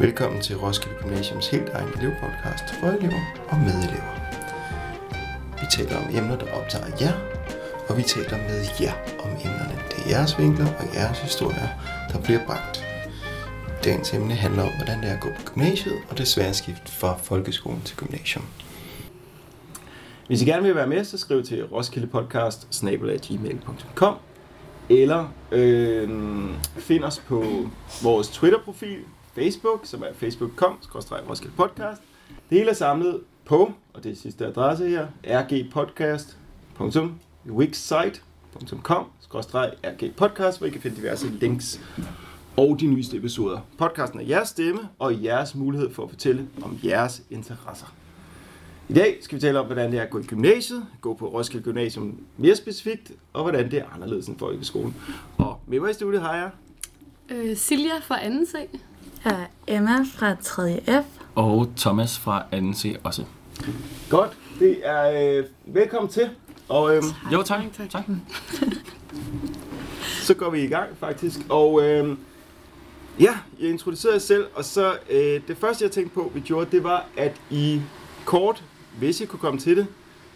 Velkommen til Roskilde Gymnasiums helt egen elevpodcast for elever og medelever. Vi taler om emner, der optager jer, og vi taler med jer om emnerne. Det er jeres vinkler og jeres historier, der bliver bragt. Dagens emne handler om, hvordan det er at gå på gymnasiet, og det svære skift fra folkeskolen til gymnasium. Hvis I gerne vil være med, så skriv til roskildepodcast@gmail.com eller find os på vores Twitter-profil, Facebook, som er facebook.com/roskildepodcast. Det hele er samlet på, og det er sidste adresse her, rgpodcast.wixsite.com/rgpodcast, hvor I kan finde diverse links og de nyeste episoder. Podcasten er jeres stemme og jeres mulighed for at fortælle om jeres interesser. I dag skal vi tale om, hvordan det er at gå i gymnasiet, gå på Roskilde Gymnasium mere specifikt, og hvordan det er anderledes end folkeskolen. Og med mig i studiet har jeg Silja fra 2. C. Emma fra 3. F. Og Thomas fra 2. C også. Godt, det er velkommen til. Og, Jo, tak. Så går vi i gang faktisk. Og jeg introducerede jer selv, og så det første jeg tænkte på, vi gjorde, det var, at I kort, hvis I kunne komme til det,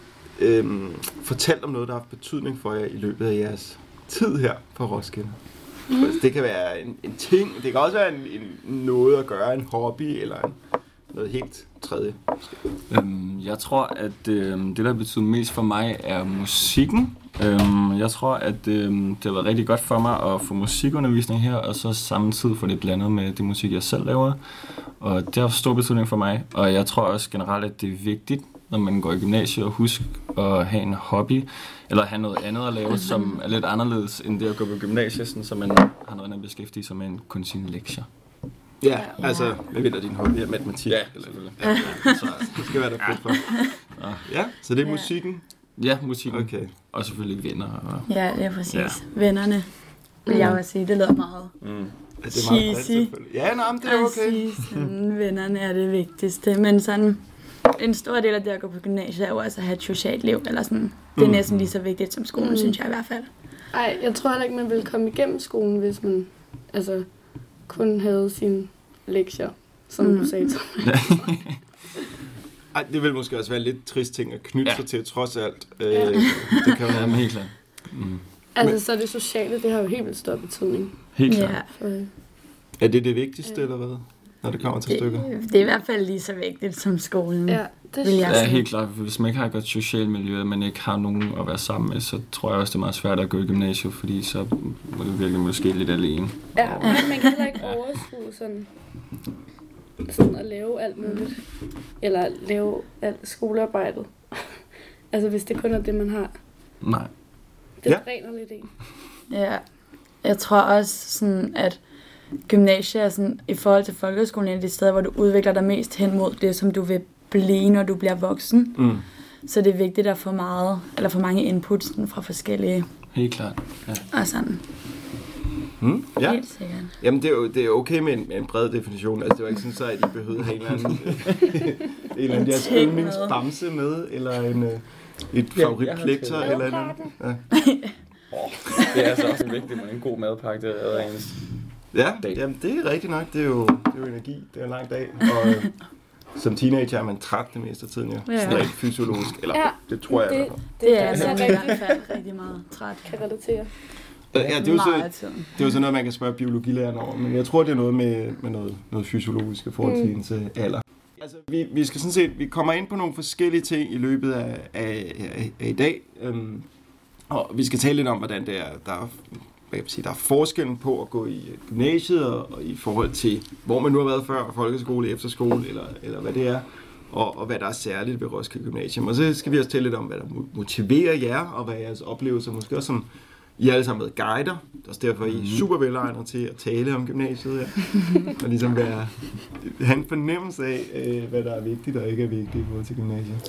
fortalt om noget, der har haft betydning for jer i løbet af jeres tid her på Roskilde. Det kan være en ting, det kan også være en noget at gøre, en hobby eller noget helt tredje. Jeg tror, at det, der betyder mest for mig, er musikken. Jeg tror, at det har været rigtig godt for mig at få musikundervisning her, og så samtidig få det blandet med det musik, jeg selv laver. Og det har stor betydning for mig, og jeg tror også generelt, at det er vigtigt, når man går i gymnasiet, at huske at have en hobby, eller have noget andet at lave, som er lidt anderledes end det at gå på gymnasiet, så man har noget andet at beskæftige sig med end kun sine lektier. Ja, altså, hvad ved du, din hobby er matematik? Ja, eller så det skal være der fedt for. Ja, så det er musikken? Ja, musikken. Okay. Og selvfølgelig venner. Og Ja, det er præcis. Ja. Vennerne, vil jeg også sige. Det lyder meget Ja, det er meget bredt, selvfølgelig. Ja, nej, men det er okay. Sådan, vennerne er det vigtigste. Men sådan, en stor del af det at gå på gymnasiet er jo også at have et socialt liv. Eller sådan. Det er næsten lige så vigtigt som skolen, synes jeg i hvert fald. Ej, jeg tror heller ikke, man ville komme igennem skolen, hvis man kun havde sine lektier, som du sagde til mig. Ej, det vil måske også være lidt trist ting at knytte sig til, trods alt. Ja. Det kan jo være helt klart. Så det sociale, det har jo helt vildt stor betydning. Helt klart. Ja. Er det vigtigste, eller hvad? Når det kommer til stykket? Det er i hvert fald lige så vigtigt som skolen. Ja, det vil jeg Ja, sige. helt klart. Hvis man ikke har et godt socialt miljø, og man ikke har nogen at være sammen med, så tror jeg også, det er meget svært at gå i gymnasiet, fordi så må det virkelig måske lidt alene. Ja, men man kan heller ikke overskue sådan at lave alt muligt. Eller lave alt skolearbejdet. Hvis det kun er det, man har. Nej. Det dræner lidt en. Ja, jeg tror også sådan, at gymnasiet er sådan, i forhold til folkeskolen, er det sted, hvor du udvikler dig mest hen mod det, som du vil blive, når du bliver voksen. Så det er vigtigt at få for mange inputs fra forskellige. Helt klart. Ja. Og sådan. Ja. Helt sikkert. Jamen, det er okay med en bred definition. Altså, det var ikke sådan, så, at I behøvede at have en eller anden deres yndlingsbamse med, eller et favoritlektor, eller andet. Ja. Det er altså også vigtigt med en god madpakke, det er ens. Ja, jamen, det er rigtigt nok. Det er jo energi. Det er en lang dag. Og som teenager er man træt det meste af tiden, jo. Ja. Sådan rent fysiologisk. Eller det tror jeg. Det er så i hvert fald rigtig meget træt. Kan relatere. Ja, det er jo så noget, man kan spørge biologilæreren over, men jeg tror, det er noget med noget fysiologisk i forhold til ens alder. Altså, vi skal sådan set, vi kommer ind på nogle forskellige ting i løbet af i dag, og vi skal tale lidt om, hvordan det er, der er forskellen på at gå i gymnasiet, og i forhold til, hvor man nu har været før, folkeskole, efterskole, eller hvad det er, og hvad der er særligt ved Roskilde Gymnasium. Og så skal vi også tale lidt om, hvad der motiverer jer, og hvad jeres oplevelser, måske også som I er alle sammen med guider, det er også derfor, I er super velegnet til at tale om gymnasiet her, og ligesom have en fornemmelse af, hvad der er vigtigt og ikke er vigtigt i forhold til gymnasiet.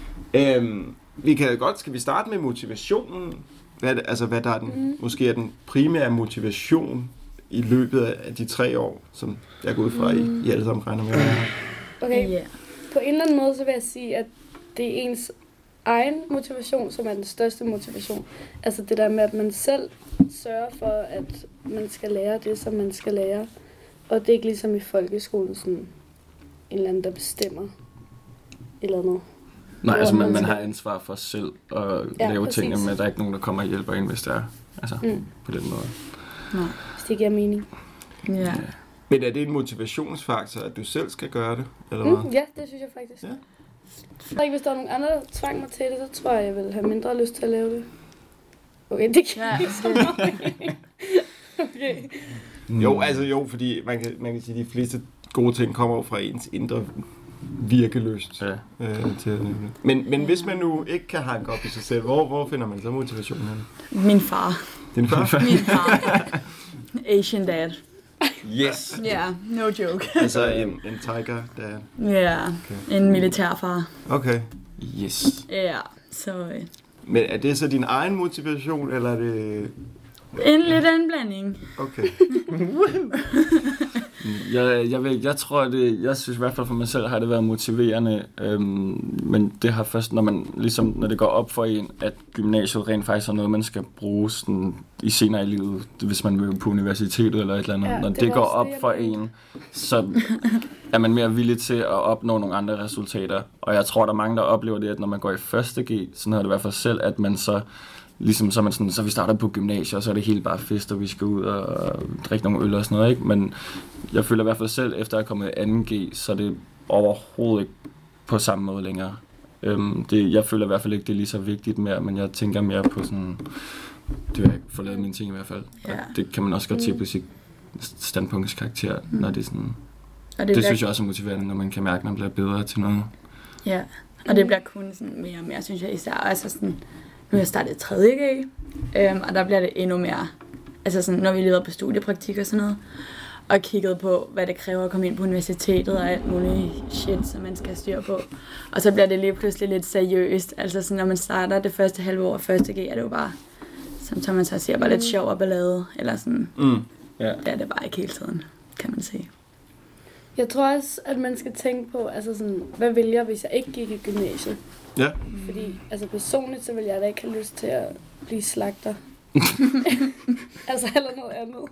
Skal vi starte med motivationen? Hvad der er måske er den primære motivation i løbet af de 3 år, som jeg går ud fra, I alle sammen regner med. Okay, på en eller anden måde, så vil jeg sige, at det er ens egen motivation, som er den største motivation. Altså det der med, at man selv sørger for, at man skal lære det, som man skal lære. Og det er ikke ligesom i folkeskolen, sådan en eller anden, der bestemmer eller noget. Nej, altså man har ansvar for selv at lave præcis. tingene, men der er ikke nogen, der kommer og hjælper en, hvis det er. Altså, på den måde. Nej. Hvis det giver mening. Ja. Men er det en motivationsfaktor, at du selv skal gøre det, eller hvad? Ja, det synes jeg faktisk. Ja. Jeg tror ikke, hvis der var nogen andre, der tvang mig til det, så tror jeg ville have mindre lyst til at lave det. Okay, det kan ikke så meget. Okay. Jo, altså jo, fordi man kan sige, at de fleste gode ting kommer jo fra ens indre virkelyst. Ja. Men hvis man nu ikke kan hanke op i sig selv, hvor finder man så motivationen hen? Min far. Din far? Min far. Asian dad. Yes! Ja, yeah, no joke. Altså en tiger, der... Ja, en militærfar. Okay. Yes. Ja, så... Men er det så din egen motivation, eller er det... En lidt anden blanding. Okay. Jeg tror det, jeg synes i hvert fald for mig selv har det været motiverende, men det har først, når det går op for en, at gymnasiet rent faktisk er noget, man skal bruge sådan, i senere i livet, hvis man vil på universitetet eller et eller andet. Ja, Når det det var går også op det, jeg for mente. en, så er man mere villig til at opnå nogle andre resultater. Og jeg tror, der er mange, der oplever det, at når man går i 1. G, sådan har det i hvert fald selv, at man så ligesom så, man sådan, så vi starter på gymnasiet, og så er det helt bare fest, og vi skal ud og drikke nogle øl og sådan noget, ikke? Men jeg føler i hvert fald selv, efter at jeg er kommet i 2. G, så er det overhovedet ikke på samme måde længere. Jeg føler i hvert fald ikke, det er lige så vigtigt mere, men jeg tænker mere på sådan, det vil jeg ikke få lavet mine ting i hvert fald. Ja. Og det kan man også godt se på sit standpunktskarakter, når det er sådan. Og det synes jeg også er motiverende, når man kan mærke, at man bliver bedre til noget. Ja, og det bliver kun sådan mere og mere, synes jeg især. Altså sådan, nu er jeg startet 3. G, og der bliver det endnu mere, altså sådan, når vi leder på studiepraktik og sådan noget, og kigget på, hvad det kræver at komme ind på universitetet og alt muligt shit, som man skal styre på. Og så bliver det lige pludselig lidt seriøst. Altså sådan, når man starter det første halve år af 1. G, er det jo bare, som man så siger, bare lidt sjov og ballade, eller sådan. Ja. Det er det bare ikke hele tiden, kan man sige. Jeg tror også, at man skal tænke på, altså sådan, hvad vil jeg, hvis jeg ikke gik i gymnasiet? Ja. Fordi, altså personligt, så vil jeg da ikke have lyst til at blive slagter. Altså, eller noget andet.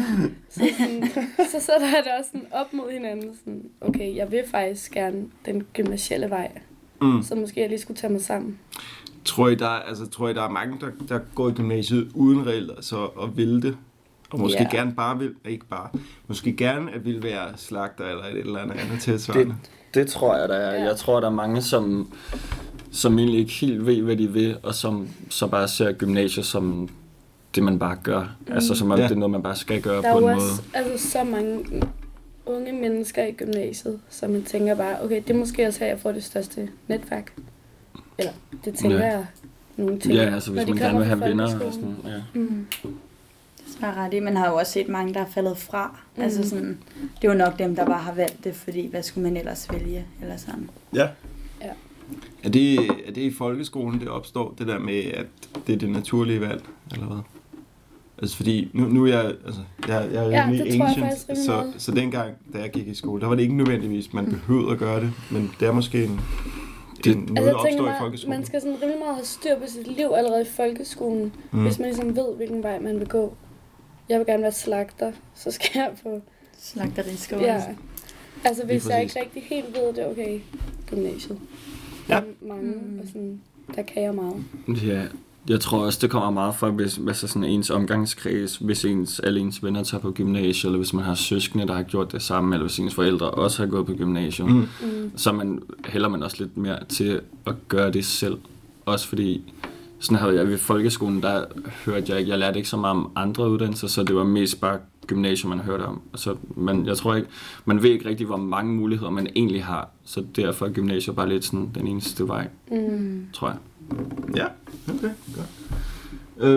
Så der er det også sådan op mod hinanden. Sådan, okay, jeg vil faktisk gerne den gymnasielle vej. Så måske jeg lige skulle tage mig sammen. Tror I, der er mange, der går i gymnasiet uden reelt så at ville det? Og måske gerne bare vil, ikke bare, måske gerne at ville være slagter eller et eller andet tilsvarende. Det tror jeg, der er. Ja. Jeg tror, der er mange, som egentlig ikke helt ved, hvad de vil, og som så bare ser gymnasiet som det, man bare gør. Altså, som om det er noget, man bare skal gøre der på en måde. Der er jo også altså, så mange unge mennesker i gymnasiet, som man tænker bare, okay, det er måske også her, jeg får det største netværk. Eller, det tænker jeg nogle ting. Ja, altså hvis man gerne vil have venner. Og sådan, ja. Det er ret i. Man har jo også set mange, der er faldet fra. Altså sådan, det er jo nok dem, der bare har valgt det, fordi hvad skulle man ellers vælge? Eller sådan. Ja. Er det i folkeskolen, det opstår, det der med, at det er det naturlige valg, eller hvad? Altså fordi, nu er jeg er rimelig ancient, så dengang, da jeg gik i skole, der var det ikke nødvendigvis, man behøvede at gøre det, men det er måske en noget, der opstår i folkeskolen. Man skal sådan rimelig meget have styr på sit liv allerede i folkeskolen, hvis man ligesom ved, hvilken vej man vil gå. Jeg vil gerne være slagter, så skal jeg på slagteriskole. Ja. Altså hvis jeg ikke rigtig helt ved det, okay, gymnasiet. Der er mange, og sådan, der kan jeg meget. Ja, jeg tror også, det kommer meget fra, hvis sådan ens omgangskreds, hvis alle ens venner tager på gymnasiet, eller hvis man har søskende, der har gjort det samme, eller hvis ens forældre også har gået på gymnasiet, så hælder man også lidt mere til at gøre det selv. Også fordi, sådan havde jeg ved folkeskolen, der hørte jeg lærte ikke så meget om andre uddannelser, så det var mest bare gymnasium, man hørte om. Så jeg tror ikke, man ved ikke rigtig, hvor mange muligheder man egentlig har, så derfor er gymnasiet bare lidt sådan den eneste vej, tror jeg. Ja, okay, godt.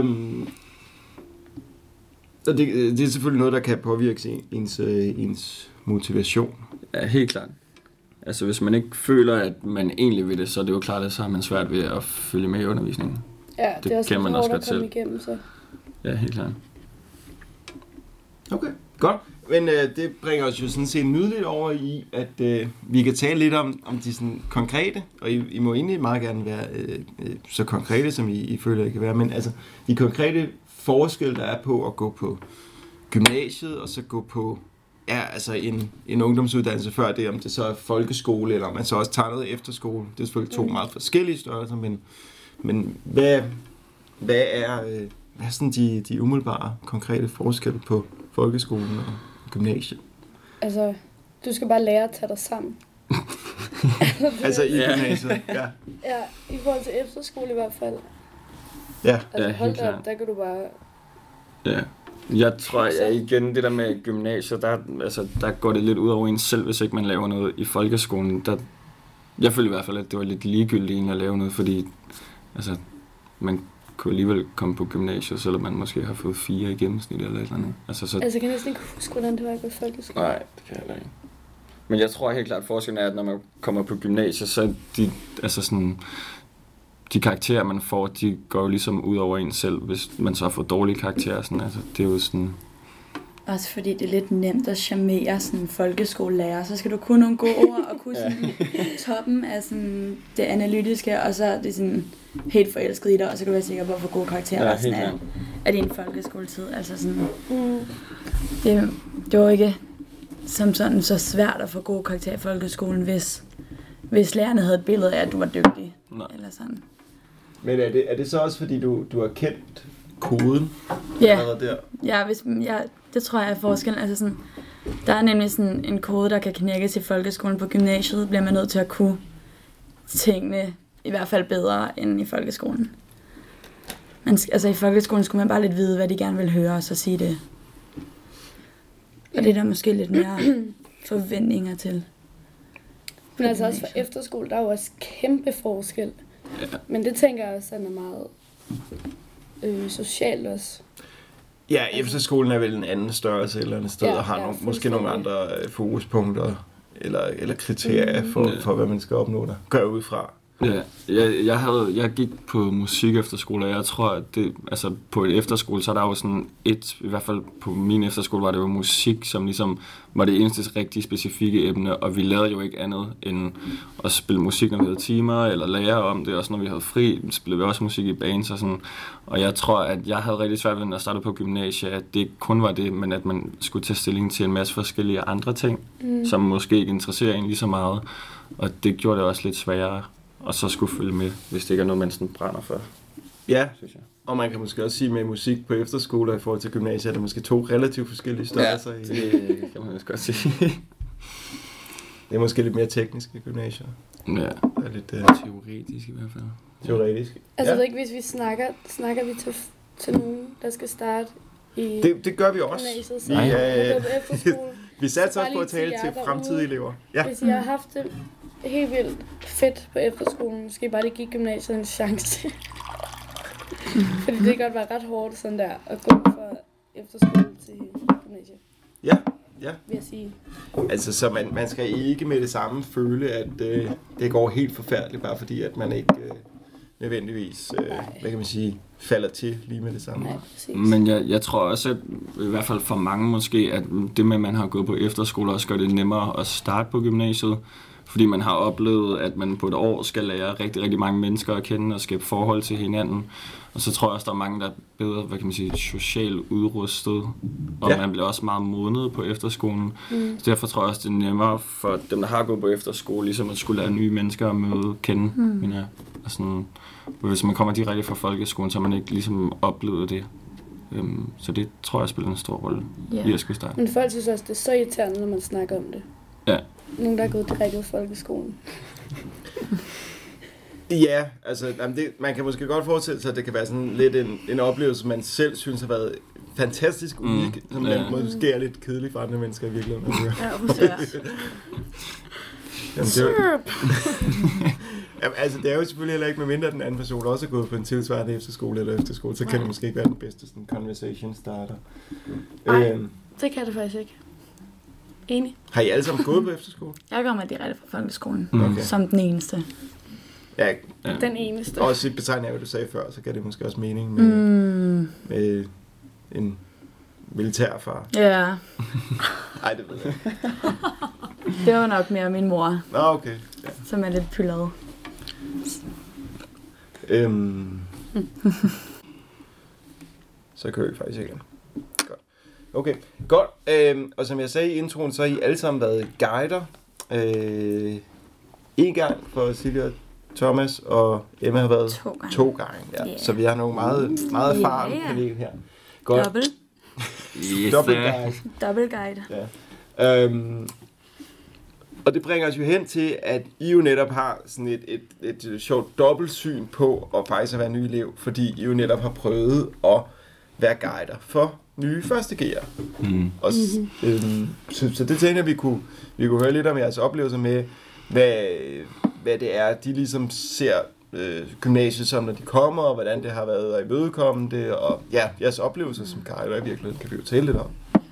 Og det er selvfølgelig noget, der kan påvirke ens motivation. Ja, helt klart. Altså hvis man ikke føler, at man egentlig vil det, så er det jo klart, at så har man svært ved at følge med i undervisningen. Ja, det er også kan man også godt selv. Igennem, så. Ja, helt klart. Okay, godt. Men det bringer os jo sådan set nydeligt over i, at vi kan tale lidt om de sådan konkrete, og I må egentlig meget gerne være så konkrete, som I føler, I kan være, men altså de konkrete forskelle, der er på at gå på gymnasiet, og så gå på altså en ungdomsuddannelse før det, om det så er folkeskole, eller om man så også tager noget efterskole. Det er selvfølgelig to meget forskellige størrelser, men hvad er sådan de umiddelbare, konkrete forskelle på folkeskolen og gymnasiet? Altså, du skal bare lære at tage dig sammen. Altså i gymnasiet, ja. Ja, i forhold til efterskole i hvert fald. Ja, altså, helt hold da klart. op, der kan du bare... Ja. Jeg tror, igen det der med gymnasiet, der går det lidt ud over en selv, hvis ikke man laver noget i folkeskolen. Jeg følte i hvert fald, at det var lidt ligegyldigt egentlig at lave noget, fordi altså, man kunne alligevel komme på gymnasiet, selvom man måske har fået 4 i gennemsnit eller et eller andet. Altså kan jeg næsten ikke huske, hvordan det var på folkeskolen. Nej, det kan jeg ikke. Men jeg tror helt klart, at forskellen er, at når man kommer på gymnasiet, så de karakterer, man får, de går jo ligesom ud over en selv, hvis man så får dårlige karakterer. Sådan, altså, det er jo sådan... Også fordi det er lidt nemt at charmere sådan en folkeskolelærer. Så skal du kunne nogle gode ord og kunne sådan toppen af sådan det analytiske, og så er det sådan helt forelsket i dig, og så kan du være sikker på at få gode karakterer resten af din folkeskoletid. Altså sådan, det var ikke som sådan så svært at få gode karakterer i folkeskolen, hvis lærerne havde et billede af, at du var dygtig. Nej. Eller sådan. Men er det så også, fordi du har kendt koden? Ja, der? det tror jeg er forskellen. Altså sådan, der er nemlig sådan en kode, der kan knækkes i folkeskolen. På gymnasiet bliver man nødt til at kunne tingene i hvert fald bedre end i folkeskolen. Altså i folkeskolen skulle man bare lidt vide, hvad de gerne vil høre, og så sige det. Og det er der måske lidt mere forventninger til. Men altså også for efterskole, der er jo også kæmpe forskel. Ja. Men det tænker jeg også, at er meget socialt også. Ja, efterskolen er vel en anden størrelse et eller andet sted, og har måske nogle andre fokuspunkter eller kriterier for, hvad man skal opnå der. Gør ud fra. Ja, jeg gik på musik efterskole, og jeg tror, at det, altså på et efterskole, så er der jo sådan i hvert fald på min efterskole, var det jo musik, som ligesom var det eneste rigtig specifikke emne, og vi lavede jo ikke andet end at spille musik, når vi havde timer, eller lære om det, også når vi havde fri, spillede vi også musik i bands og sådan. Og jeg tror, at jeg havde rigtig svært ved, når jeg startede på gymnasiet, at det ikke kun var det, men at man skulle tage stilling til en masse forskellige andre ting, som måske ikke interesserer en lige så meget, og det gjorde det også lidt sværere. Og så skulle følge med, hvis det ikke er noget, man sådan brænder for. Ja, synes jeg. Og man kan måske også sige med musik på efterskoler i forhold til gymnasiet, er der måske 2 relativt forskellige størrelser. Ja, det kan man også godt sige. Det er måske lidt mere teknisk i gymnasiet. Ja, det er lidt teoretisk i hvert fald. Teoretisk. Altså jeg ved ikke, hvis vi snakker vi til nogen, der skal starte i det gør vi også. Gymnasiet, så vi satte os på at tale til fremtidige elever. Ja. Hvis I har haft det helt vildt fedt på efterskolen, skal I bare lige give gymnasiet en chance. Fordi det kan godt være ret hårdt sådan der, at gå fra efterskole til gymnasiet. Ja. Vil jeg sige. Altså, så man skal ikke med det samme føle, at det går helt forfærdeligt, bare fordi, at man ikke nødvendigvis, hvad kan man sige, falder til lige med det samme. Nej, men jeg tror også, at i hvert fald for mange måske, at det med, at man har gået på efterskole, også gør det nemmere at starte på gymnasiet. Fordi man har oplevet, at man på et år skal lære rigtig, rigtig mange mennesker at kende og skabe forhold til hinanden. Og så tror jeg også, der er mange, der er bedre, hvad kan man sige, socialt udrustet. Og man bliver også meget modnet på efterskolen. Så derfor tror jeg også, det er nemmere for dem, der har gået på efterskole, ligesom at skulle lære nye mennesker at møde, kende. Og sådan, hvis man kommer direkte fra folkeskolen, så har man ikke ligesom oplevet det. Så det tror jeg spiller en stor rolle i at skulle starte. Men folk synes også, det er så irriterende, når man snakker om det. Ja. Nogen, der er gået direkte ud af folkeskolen. Ja, altså man kan måske godt forestille sig, at det kan være sådan lidt en oplevelse, man selv synes har været fantastisk unik, som måske er lidt kedelig for andre mennesker i virkeligheden. Altså det er jo selvfølgelig heller ikke, med mindre den anden person også er gået på en tilsvarende efterskole eller efterskole, så kan det måske ikke være den bedste sådan conversation starter. Nej, det kan det faktisk ikke. Enig. Har I alle sammen gået på efterskole? Jeg kommer direkte fra folkeskolen, som den eneste. Ja, den eneste. Også i betegning af, hvad du sagde før, så gav det måske også mening med en militærfar. Ja. Nej, det ved jeg ikke. Det var nok mere min mor. Nå, okay. Ja. Som er lidt pyldret. Så kører vi faktisk igen. Godt. Okay, godt. Og som jeg sagde i introen, så har I alle sammen været guider. En gang for Silja og Thomas, og Emma har været 2 gange. Ja. Yeah. Så vi har nogle meget erfarne panel her. Godt. Double guide. Ja. Og det bringer os jo hen til, at I jo netop har sådan et sjovt dobbeltsyn på at faktisk at være ny elev, fordi I jo netop har prøvet at være guider for nye førsteg'ere. Så det tænker jeg, vi kunne høre lidt om jeres oplevelser med, hvad det er, de ligesom ser gymnasiet som, når de kommer, og hvordan det har været at imødekomme det, og ja, jeres oplevelser som guider i virkeligheden, kan vi jo tale lidt om.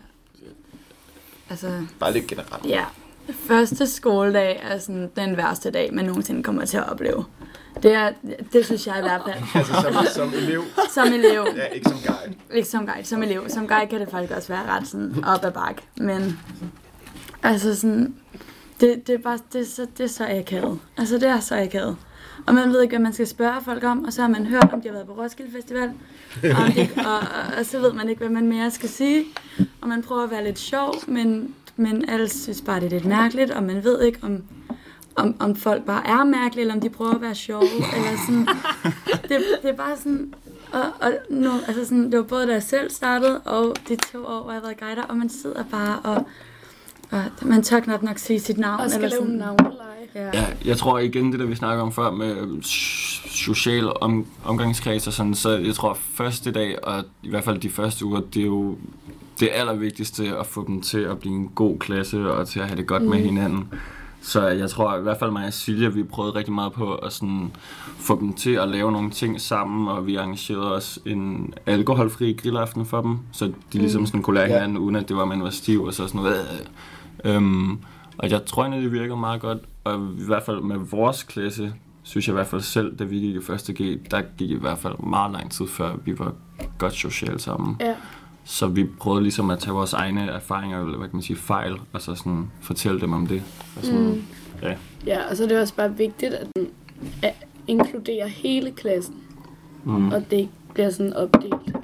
Altså, bare lidt generelt. Ja, første skoledag er sådan den værste dag, man nogensinde kommer til at opleve. Det synes jeg i hvert fald. Altså som elev? Som elev. Ja, ikke som guide. Ikke som guide, som elev. Som guide kan det faktisk også være ret sådan op ad bakke. Men altså sådan, det er så akavet. Altså det er så akavet. Og man ved ikke, hvad man skal spørge folk om, og så har man hørt, om de har været på Roskilde Festival, og så ved man ikke, hvad man mere skal sige. Og man prøver at være lidt sjov, men alle synes bare, det er lidt mærkeligt, og man ved ikke, om folk bare er mærkelige, eller om de prøver at være sjove, eller sådan. Det er bare sådan, og nu, altså sådan, det var både da jeg selv startede, og de 2 år, hvor jeg har været guider, og man sidder bare, og man tør knap nok sige sit navn. Og skal eller lave navneleje. Ja, jeg tror igen, det der vi snakker om før med social omgangskreds og sådan, så jeg tror første dag, og i hvert fald de første uger, det er jo det allervigtigste at få dem til at blive en god klasse, og til at have det godt med hinanden. Så jeg tror i hvert fald mig og Silja, vi prøvede rigtig meget på at sådan få dem til at lave nogle ting sammen, og vi arrangerede også en alkoholfri grillaften for dem, så de ligesom sådan kunne lære hinanden, uden at det var, man var stiv og så sådan noget. Og jeg tror egentlig, det virker meget godt, og i hvert fald med vores klasse, synes jeg i hvert fald selv, da vi gik i første G, der gik i hvert fald meget lang tid før, vi var godt socialt sammen. Ja. Så vi prøvede ligesom at tage vores egne erfaringer, eller hvad kan man sige, fejl, og så sådan fortælle dem om det. Og sådan, ja, og så er det også bare vigtigt at inkludere hele klassen, og det ikke bliver sådan opdelt.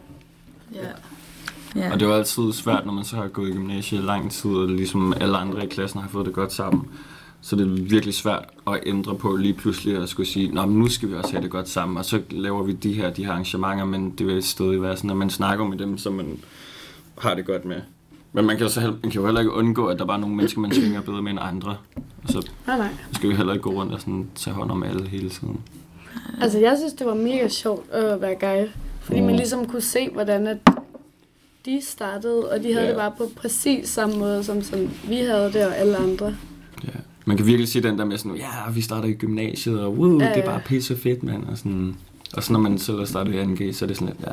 Ja. Og det var altid svært, når man så har gået i gymnasiet i lang tid, og ligesom alle andre i klassen har fået det godt sammen. Så det er virkelig svært at ændre på lige pludselig at skulle sige, nå, men nu skal vi også have det godt sammen, og så laver vi de her arrangementer, men det vil stadig være sådan, at man snakker med dem, som man har det godt med. Men man kan jo heller ikke undgå, at der bare er nogle mennesker, man svinger bedre med end andre. Og så skal vi heller ikke gå rundt og sådan tage hånd om alle hele tiden. Altså jeg synes, det var mega sjovt at være guide, fordi man ligesom kunne se, hvordan at de startede, og de havde det bare på præcis samme måde, som vi havde det, og alle andre. Ja. Man kan virkelig se den der med sådan, ja, vi starter i gymnasiet, og det er bare pisse fedt, mand. Og så når man selv har startet i 2G, så er det sådan lidt,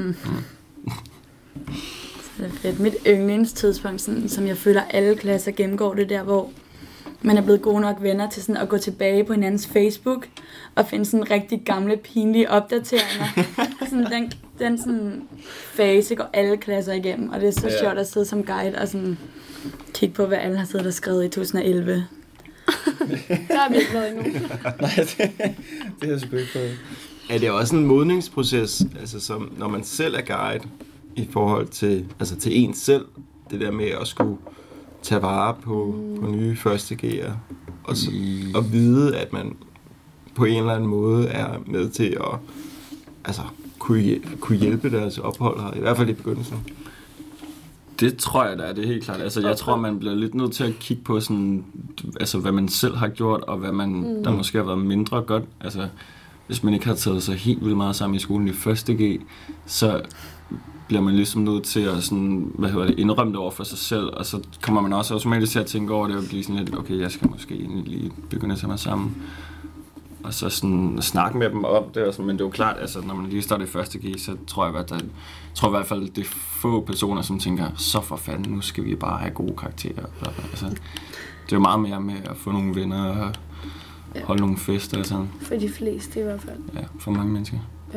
Så det er fedt. Mit yndlingstidspunkt, sådan, som jeg føler alle klasser gennemgår, det der, hvor man er blevet gode nok venner til sådan at gå tilbage på hinandens Facebook og finde sådan rigtig gamle, pinlige opdateringer. Sådan den sådan fase går alle klasser igennem, og det er så sjovt at sidde som guide og sådan kigge på, hvad alle har siddet og skrevet i 2011. Der har vi ikke været endnu. Nej, det er selvfølgelig ikke prøvet. Er det også en modningsproces, altså som når man selv er guide i forhold til, altså til en selv, det der med at skulle tage vare på nye førsteg'ere og vide, at man på en eller anden måde er med til at kunne hjælpe deres ophold her, i hvert fald i begyndelsen. Det tror jeg da, det er helt klart. Altså, jeg tror, man bliver lidt nødt til at kigge på sådan, altså, hvad man selv har gjort, og hvad man, der måske har været mindre godt. Altså, hvis man ikke har taget sig helt vildt meget sammen i skolen i første G, så bliver man ligesom nødt til at sådan, indrømme det over for sig selv, og så kommer man også automatisk til at tænke over det, og blive sådan lidt, okay, jeg skal måske egentlig lige begynde at tage mig sammen. Og så sådan snakke med dem om det, og sådan, men det er jo klart, altså, når man lige starter i første G, så tror jeg, i hvert fald, det er få personer, som tænker, så for fanden, nu skal vi bare have gode karakterer. Altså, det er jo meget mere med at få nogle venner og holde nogle fester og sådan. For de fleste i hvert fald. Ja, for mange mennesker. Ja.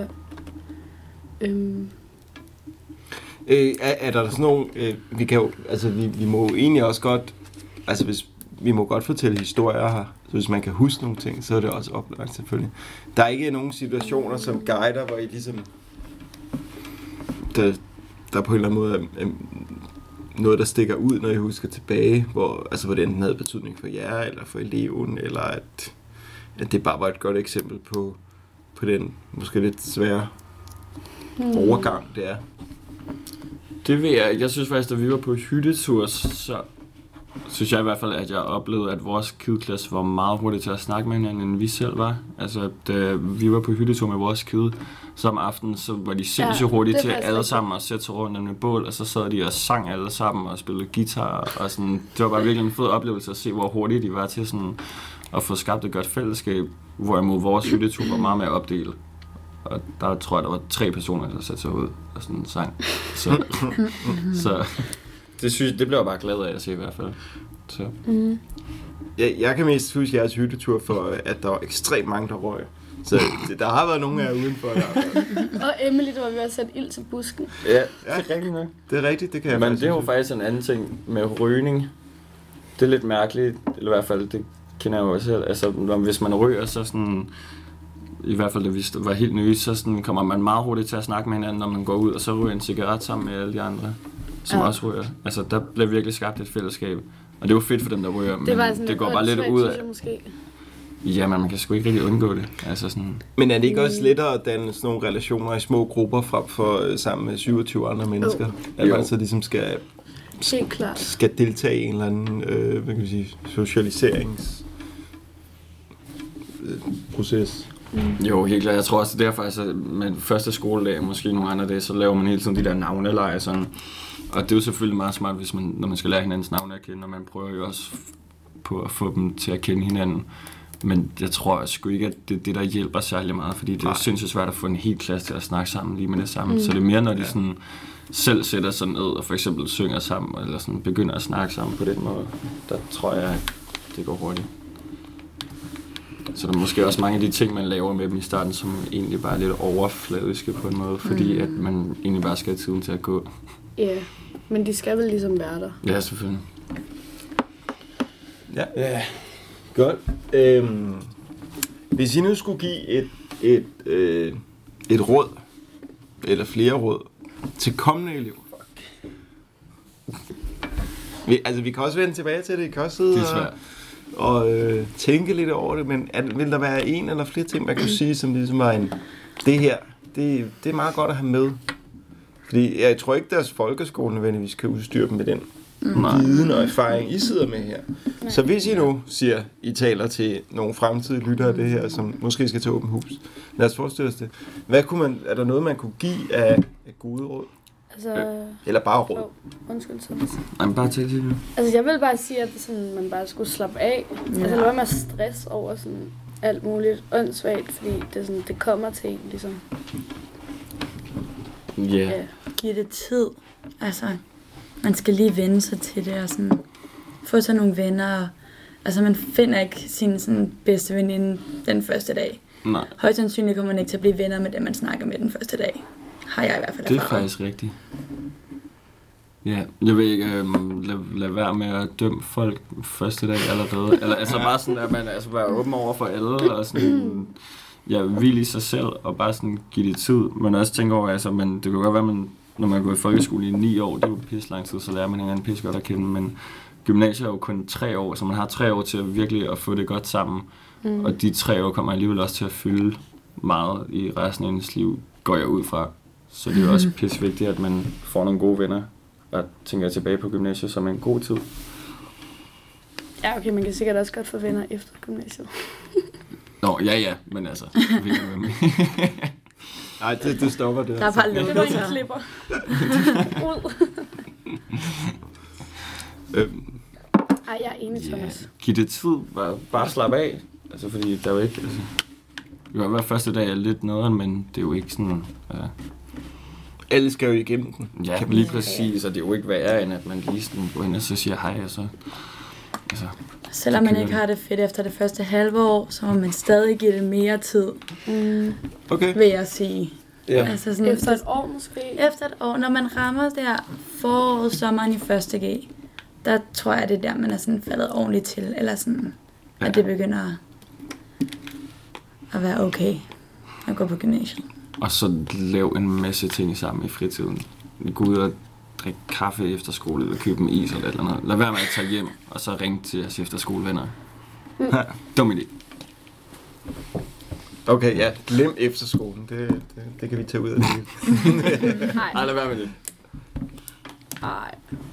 Er der sådan nogle, vi kan jo, altså vi må jo egentlig også godt, altså hvis vi må godt fortælle historier her, så hvis man kan huske nogle ting, så er det også oplagt selvfølgelig. Der er ikke nogen situationer som guider, hvor I ligesom, der på en eller anden måde noget, der stikker ud, når I husker tilbage, hvor det enten havde betydning for jer, eller for eleven, eller at det bare var et godt eksempel på den måske lidt svære overgang, det er? Det ved jeg. Jeg synes faktisk, da vi var på hyttetur, så synes jeg i hvert fald, at jeg oplevede, at vores KID-klasse var meget hurtigt til at snakke med hinanden, end vi selv var. Altså, da vi var på hyttetur med vores KID, så om aftenen, så var de sindssygt hurtigt til alle sammen at sætte sig rundt med bål, og så sad de og sang alle sammen og spillede guitar, og sådan, det var bare virkelig en fed oplevelse at se, hvor hurtigt de var til sådan at få skabt et godt fællesskab, hvorimod vores hyttetur var meget mere opdelt. Og der tror jeg, der var 3 personer, der satte sig ud og sådan sang. Så det blev jeg bare glad af at se i hvert fald. Så. Jeg kan mest huske jeres hyttetur for, at der var ekstremt mange, der røg. Så der har været nogen af jer udenfor. Og Emily, der var ved at sætte ild til busken. Ja, det er rigtigt nok. Det er rigtigt, det kan jeg Men det er jo faktisk en anden ting med rygning. Det er lidt mærkeligt, eller i hvert fald, det kender jeg jo også selv. Altså, hvis man ryger, så sådan... I hvert fald, da vi var helt nye, så sådan, kommer man meget hurtigt til at snakke med hinanden, når man går ud, og så ryger en cigaret sammen med alle de andre, som også ryger. Altså, der bliver virkelig skabt et fællesskab. Og det er jo fedt for dem, der ryger, men det går bare lidt ud af... Ja, men man kan sgu ikke rigtig undgå det. Altså sådan... Men er det ikke også lettere at danne sådan nogle relationer i små grupper frem for sammen med 27 andre mennesker? At man så ligesom skal deltage i en eller anden hvad kan vi sige, socialiseringsproces. Jo, helt klart. Jeg tror også, det er derfor, altså, med første skoledag, måske nogle andre dage, så laver man hele tiden de der navneleje. Sådan. Og det er jo selvfølgelig meget smart, hvis når man skal lære hinandens navne at kende, og man prøver jo også på at få dem til at kende hinanden. Men jeg tror sgu ikke, at det er det, der hjælper særlig meget, fordi det er jo sindssygt svært at få en hel klasse til at snakke sammen lige med det samme. Så det er mere, når de sådan selv sætter sig ned og for eksempel synger sammen, eller sådan begynder at snakke sammen på den måde. Der tror jeg, at det går hurtigt. Så der er måske også mange af de ting, man laver med dem i starten, som egentlig bare er lidt overfladiske på en måde, fordi at man egentlig bare skal have tiden til at gå. Ja, men de skal vel ligesom være der. Ja, selvfølgelig. Ja. Godt. Hvis I nu skulle give et råd, eller flere råd, til kommende elever. Vi kan også vende tilbage til det. I kan også sidde og tænke lidt over det, men vil der være en eller flere ting, man kan sige, som ligesom var det her, det er meget godt at have med. Fordi jeg tror ikke, deres folkeskole nødvendigvis kan udstyre dem med den viden og erfaring, I sidder med her. Nej. Så hvis I nu siger, I taler til nogle fremtidige lyttere af det her, som måske skal til åben hus, lad os forestille os det. Er der noget, man kunne give af gode råd? Altså, eller bare råd? Undskyld, Thomas. Nej, bare til det. Altså, jeg vil bare sige, at sådan, man bare skulle slappe af. Ja. Altså, lad være med at stress over sådan alt muligt åndssvagt, fordi det kommer til en, ligesom. Yeah. Ja. Giv det tid. Altså, man skal lige vende sig til det og sådan få sig nogle venner. Altså, man finder ikke sin sådan, bedste veninde den første dag. Nej. Højst sandsynligt kommer man ikke til at blive venner med dem, man snakker med den første dag. Har jeg i hvert fald erfaret. Det er faktisk rigtigt. Ja, jeg vil ikke lade være med at dømme folk første dag allerede. Eller altså bare sådan, at man altså være åben over for alle og sådan, hvile i sig selv og bare sådan give det tid. Man også tænker over, altså, men det kan godt være, man, når man går i folkeskole i 9 år, det er jo pisse lang tid, så lærer man hinanden pisse godt at kende, men gymnasiet er jo kun 3 år, så man har 3 år til at virkelig at få det godt sammen. Og de 3 år kommer alligevel også til at fylde meget i resten af ens liv, går jeg ud fra. Så det er jo også pisse vigtigt, at man får nogle gode venner, og tænker tilbage på gymnasiet som en god tid. Ja, okay, man kan sikkert også godt få venner efter gymnasiet. Nå, ja, men altså, vi kan være med. Nej, det stopper det. Der er bare det var en klipper. Ud. Ej, jeg er enig, Thomas. Giv det tid, bare slap af. Altså, fordi der er jo ikke... Altså, det kan være første dag er lidt nederen, men det er jo ikke sådan... Alle skal jo igennem den. Ja, lige præcis, og det er jo ikke værre, end at man lige sådan går ind og så siger hej, og så... Altså, selvom man ikke har det fedt efter det første halve år, så må man stadig give det mere tid. Okay. Vil jeg sige. Ja. Altså sådan, efter et år måske? Efter et år, når man rammer der foråret, sommeren i 1. G, der tror jeg, det er der, man er sådan faldet ordentligt til, eller sådan, at det begynder at være okay at gå på gymnasiet. Og så lave en masse ting sammen i fritiden. Gå ud og drikke kaffe efter skole, eller købe en is eller et eller andet. Lad være med at tage hjem, og så ringe til jeres efterskolevenner. Dum idé. Okay, ja, glem efterskolen. Det kan vi tage ud af det. Nej, lad være med det. Nej.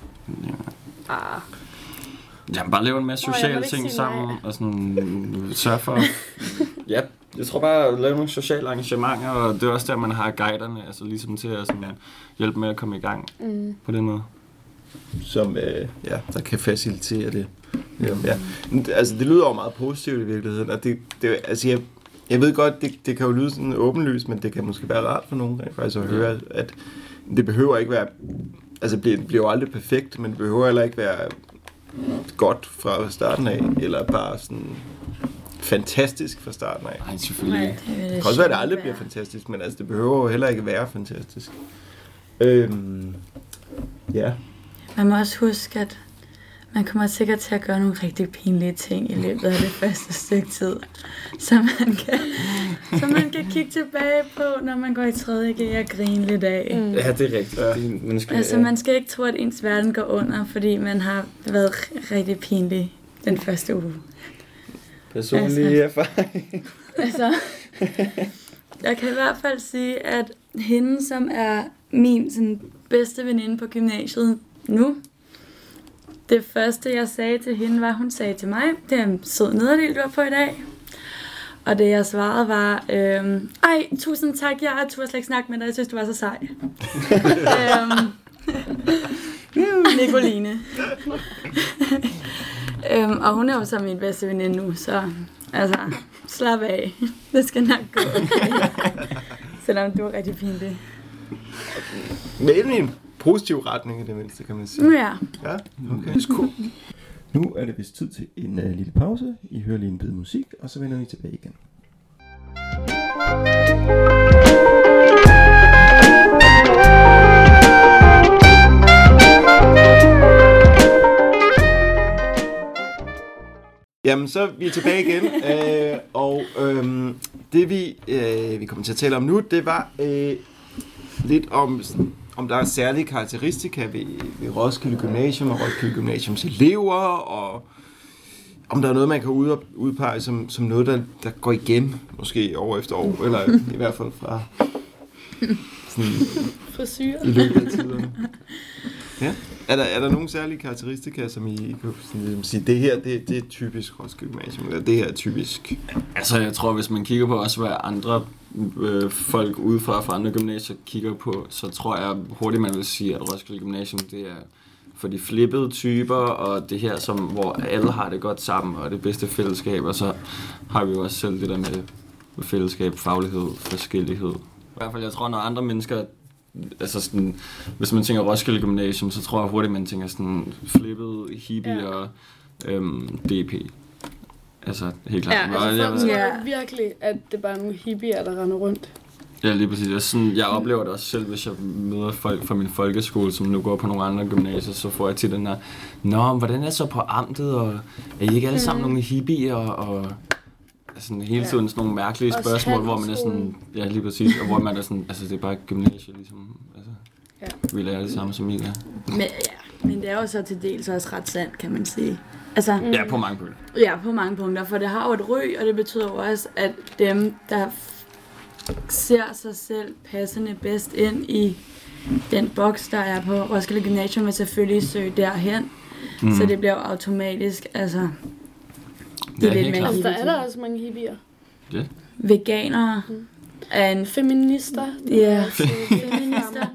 Jamen, bare lave en masse sociale ting sammen, og sådan sørge for... Ja, jeg tror bare at lave nogle sociale arrangementer, og det er også der, man har guiderne, altså ligesom til at sådan, hjælpe med at komme i gang på den måde. Som, der kan facilitere det. Ja. Altså, det lyder jo meget positivt i virkeligheden, og altså, jeg ved godt, det kan jo lyde sådan åbenlyst, men det kan måske være rart for nogen faktisk at høre, at det behøver ikke være... Altså, det bliver jo aldrig perfekt, men det behøver heller ikke være godt fra starten af, eller bare sådan fantastisk fra starten af. Nej, selvfølgelig ikke. Det kan også være, at det aldrig bliver fantastisk, men altså, det behøver jo heller ikke være fantastisk. Ja. Man må også huske, at man kommer sikkert til at gøre nogle rigtig pinlige ting i løbet af det første stykke tid, så man kan kigge tilbage på, når man går i 3.G og grine lidt af. Ja, det er rigtigt. Man skal ikke tro, at ens verden går under, fordi man har været rigtig pinlig den første uge. Personlige erfaring. Altså, jeg kan i hvert fald sige, at hende, som er min sådan, bedste veninde på gymnasiet nu, det første, jeg sagde til hende, var, hun sagde til mig, det er en sød nederdel, du var på i dag. Og det, jeg svarede, var, ej, tusind tak, jeg turde slet ikke snakke med dig, jeg synes, du var så sej. Nicoline. Og hun er jo så min bedste veninde nu, så altså, slap af. Det skal nok gå okay. Selvom du er rigtig pinlig. Men i en positiv retning i det mindste, kan man sige. Ja. Ja, okay. Cool. Nu er det vist tid til en lille pause. I hører lige en bid musik, og så vender vi tilbage igen. Jamen, så er vi tilbage igen, og det vi kommer til at tale om nu, det var lidt om der er særlige karakteristika ved Roskilde Gymnasium og Roskilde Gymnasiums elever, og om der er noget, man kan udpege som noget, der går igen, måske år efter år, eller i hvert fald fra frisyrer i løbet af tiderne. Ja. Er der nogle særlige karakteristika, som I kan sige, det her det er typisk Roskilde Gymnasium, eller det her er typisk? Altså, jeg tror, hvis man kigger på også, hvad andre folk udefra fra andre gymnasier kigger på, så tror jeg hurtigt, man vil sige, at Roskilde Gymnasium, det er for de flippede typer, og det her, hvor alle har det godt sammen, og det bedste fællesskab, og så har vi jo også selv det der med fællesskab, faglighed, forskellighed. I hvert fald, jeg tror, når andre mennesker, altså sådan, hvis man tænker Roskilde Gymnasium, så tror jeg hurtigt, man tænker sådan flippet, hippie og DP. Altså, helt klart. Ja, altså virkelig, at det bare er nogle hippier, der render rundt. Ja, lige præcis. Jeg oplever det også selv, hvis jeg møder folk fra min folkeskole, som nu går på nogle andre gymnasier, så får jeg til den her, nå, hvordan er det så på amtet, og er I ikke alle sammen nogle hippier, og sådan hele tiden sådan nogle mærkelige spørgsmål, hvor man er sådan, ja, lige præcis, og hvor man er sådan, altså det er bare gymnasiet, ligesom, altså, vi lærer det samme som I er. Men det er jo så til dels også ret sandt, kan man sige. Altså, ja, på mange punkter. Ja, på mange punkter, for det har jo et ry, og det betyder jo også, at dem, der ser sig selv passende bedst ind i den boks, der er på Roskilde Gymnasium, vil selvfølgelig søge derhen. Så det bliver jo automatisk, altså, det er lidt mere altså, der er der også mange hippier. Ja. Veganere er en... Feminister. Ja, feminister.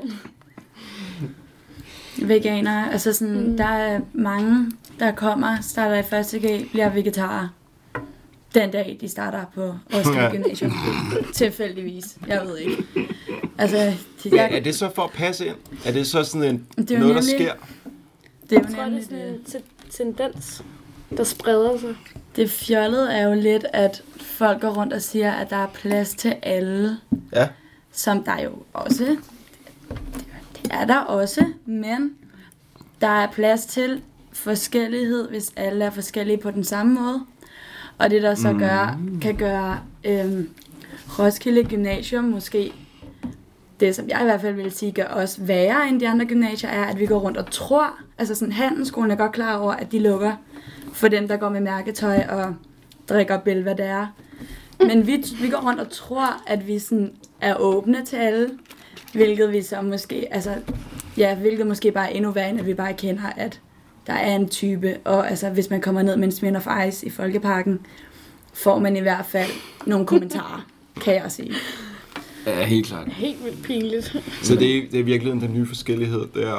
Veganere, altså sådan, der er mange, der kommer, starter i 1.G, bliver vegetarer. Den dag, de starter på Roskilde Gymnasium. Tilfældigvis. Jeg ved ikke. Altså, er det så for at passe ind? Er det så sådan noget, der sker? Det er jo jeg tror, det er sådan en tendens, der spreder sig. Det fjollede er jo lidt, at folk går rundt og siger, at der er plads til alle. Ja. Som der jo også... Det er der også, men der er plads til forskellighed, hvis alle er forskellige på den samme måde. Og det der så kan gøre Roskilde Gymnasium måske det, som jeg i hvert fald vil sige, gør os værre end de andre gymnasier, er, at vi går rundt og tror, altså sådan handelsskolen er godt klar over, at de lukker for dem, der går med mærketøj og drikker bæl, hvad det er. Men vi går rundt og tror, at vi sådan er åbne til alle, hvilket vi så måske, altså, ja, hvilket måske bare er endnu værre, end at vi bare kender, at der er en type, og altså, hvis man kommer ned med en Smirnoff Ice i Folkeparken, får man i hvert fald nogle kommentarer, kan jeg sige. Ja, helt klart. Helt vildt pinligt. Så det er virkelig den nye forskellighed der,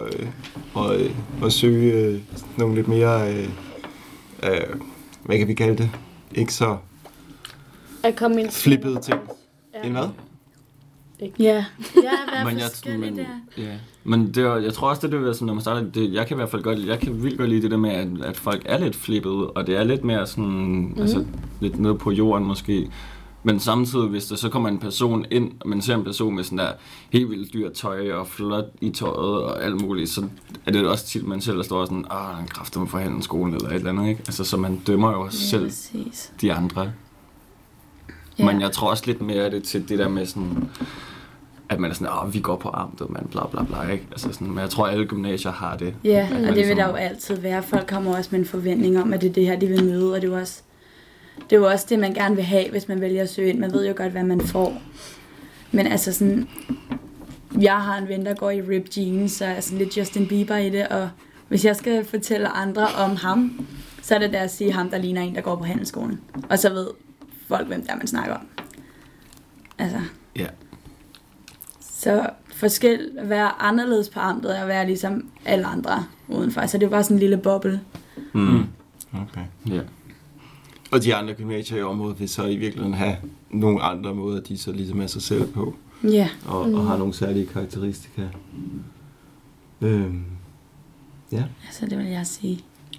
og søge nogle lidt mere, hvad kan vi kalde det? Ikke så At komme ind flippede ting. Ja. End hvad? Ja, Men det var, jeg tror også, det vil være sådan, når man starter, jeg kan i hvert fald godt, jeg kan vildt godt lide det der med, at folk er lidt flippede, og det er lidt mere sådan, altså lidt nede på jorden måske. Men samtidig, hvis der så kommer en person ind, og man ser en person med sådan der helt vildt dyrt tøj og flot i tøjet og alt muligt, så er det også tit, man selv står sådan, den kræfter med forhandlingsskolen eller et eller andet, ikke? Altså, så man dømmer jo også selv de andre. Ja. Men jeg tror også lidt mere det til det der med sådan, at man er sådan, vi går på amtet, man bla bla bla, ikke? Altså sådan, men jeg tror, alle gymnasier har det. Ja, og det vil der jo altid være. Folk kommer også med en forventning om, at det er det her, de vil møde, og det er jo også det, man gerne vil have, hvis man vælger at søge ind. Man ved jo godt, hvad man får. Men altså sådan, jeg har en ven, der går i ripped jeans, så er sådan lidt Justin Bieber i det, og hvis jeg skal fortælle andre om ham, så er det der at sige ham, der ligner en, der går på handelsskolen. Og så ved folk, hvem der man snakker om. Altså. Ja. Så at være anderledes på amtet, og være ligesom alle andre udenfor. Så det er jo bare sådan en lille boble. Okay. Ja. Og de andre gymnasier i området vil så i virkeligheden have nogle andre måder, de så ligesom er sig selv på. Ja. Og har nogle særlige karakteristika. Ja. Altså, det vil jeg sige.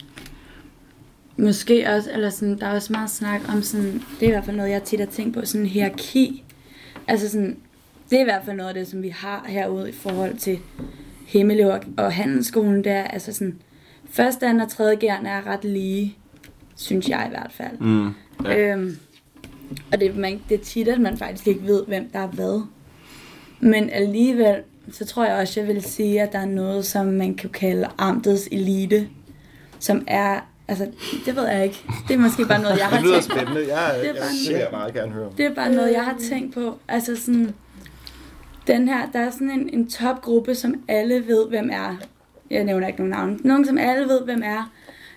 Måske også, eller sådan, der er også meget snak om sådan, det er i hvert fald noget, jeg tit har tænkt på, sådan en hierarki. Altså sådan, det er i hvert fald noget af det, som vi har herude i forhold til Himmelev og handelsskolen, der altså sådan, første, anden og tredje G'erne er ret lige, synes jeg i hvert fald. Ja. Og det er tit, at man faktisk ikke ved, hvem der er hvad. Men alligevel, så tror jeg også, jeg vil sige, at der er noget, som man kan kalde amtets elite, som er, altså, det ved jeg ikke. Det er måske bare noget, jeg har tænkt på. Det lyder spændende. Jeg vil meget gerne høre. Det er bare noget, jeg har tænkt på. Altså sådan, den her, der er sådan en topgruppe, som alle ved, hvem er. Jeg nævner ikke nogen navn. Nogen, som alle ved, hvem er.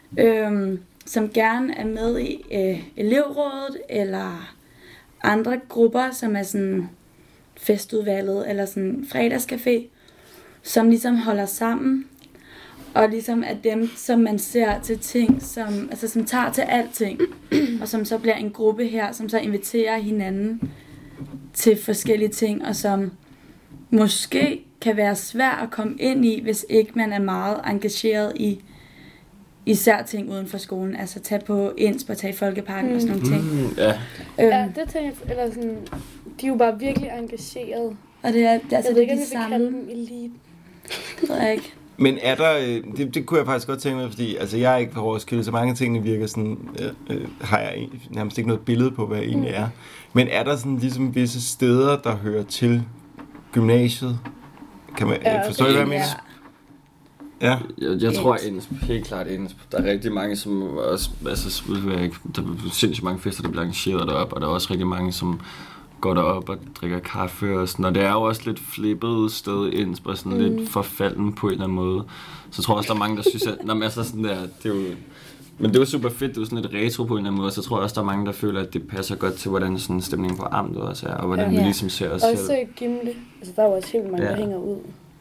Som gerne er med i elevrådet, eller andre grupper, som er sådan festudvalget, eller sådan fredagscafé, som ligesom holder sammen, og ligesom er dem, som man ser til ting, som tager til alting, og som så bliver en gruppe her, som så inviterer hinanden til forskellige ting, og som måske kan være svært at komme ind i, hvis ikke man er meget engageret i især ting uden for skolen, altså tage på Insp og tage i Folkeparken og sådan nogle ting. Ja, det tænker jeg, eller sådan, de er jo bare virkelig engageret. Og det er altså det er de samme. Jeg dem elite. Det ved jeg ikke. Men er der, det kunne jeg faktisk godt tænke mig, fordi altså jeg er ikke fra Roskilde, så mange ting virker sådan, har jeg nærmest ikke noget billede på, hvad jeg egentlig er. Men er der sådan ligesom visse steder, der hører til gymnasiet? Kan man forstå, hvad jeg mener? Ja. Jeg tror helt klart Insp. Der er rigtig mange, som også, altså, der er sindssygt mange fester, der bliver arrangeret deroppe, og der er også rigtig mange, som går derop og drikker kaffe og sådan, og det er jo også lidt flippet sted Insp, og sådan lidt forfalden på en eller anden måde. Så jeg tror også, der er mange, der synes, at altså sådan der, det er jo, men det er jo super fedt, det er jo sådan lidt retro på en eller anden måde, så jeg tror også, der er mange, der føler, at det passer godt til, hvordan sådan stemningen på amtet også er, og hvordan vi ligesom ser os selv. Også Gimle, altså der er jo også helt mange, der hænger ud.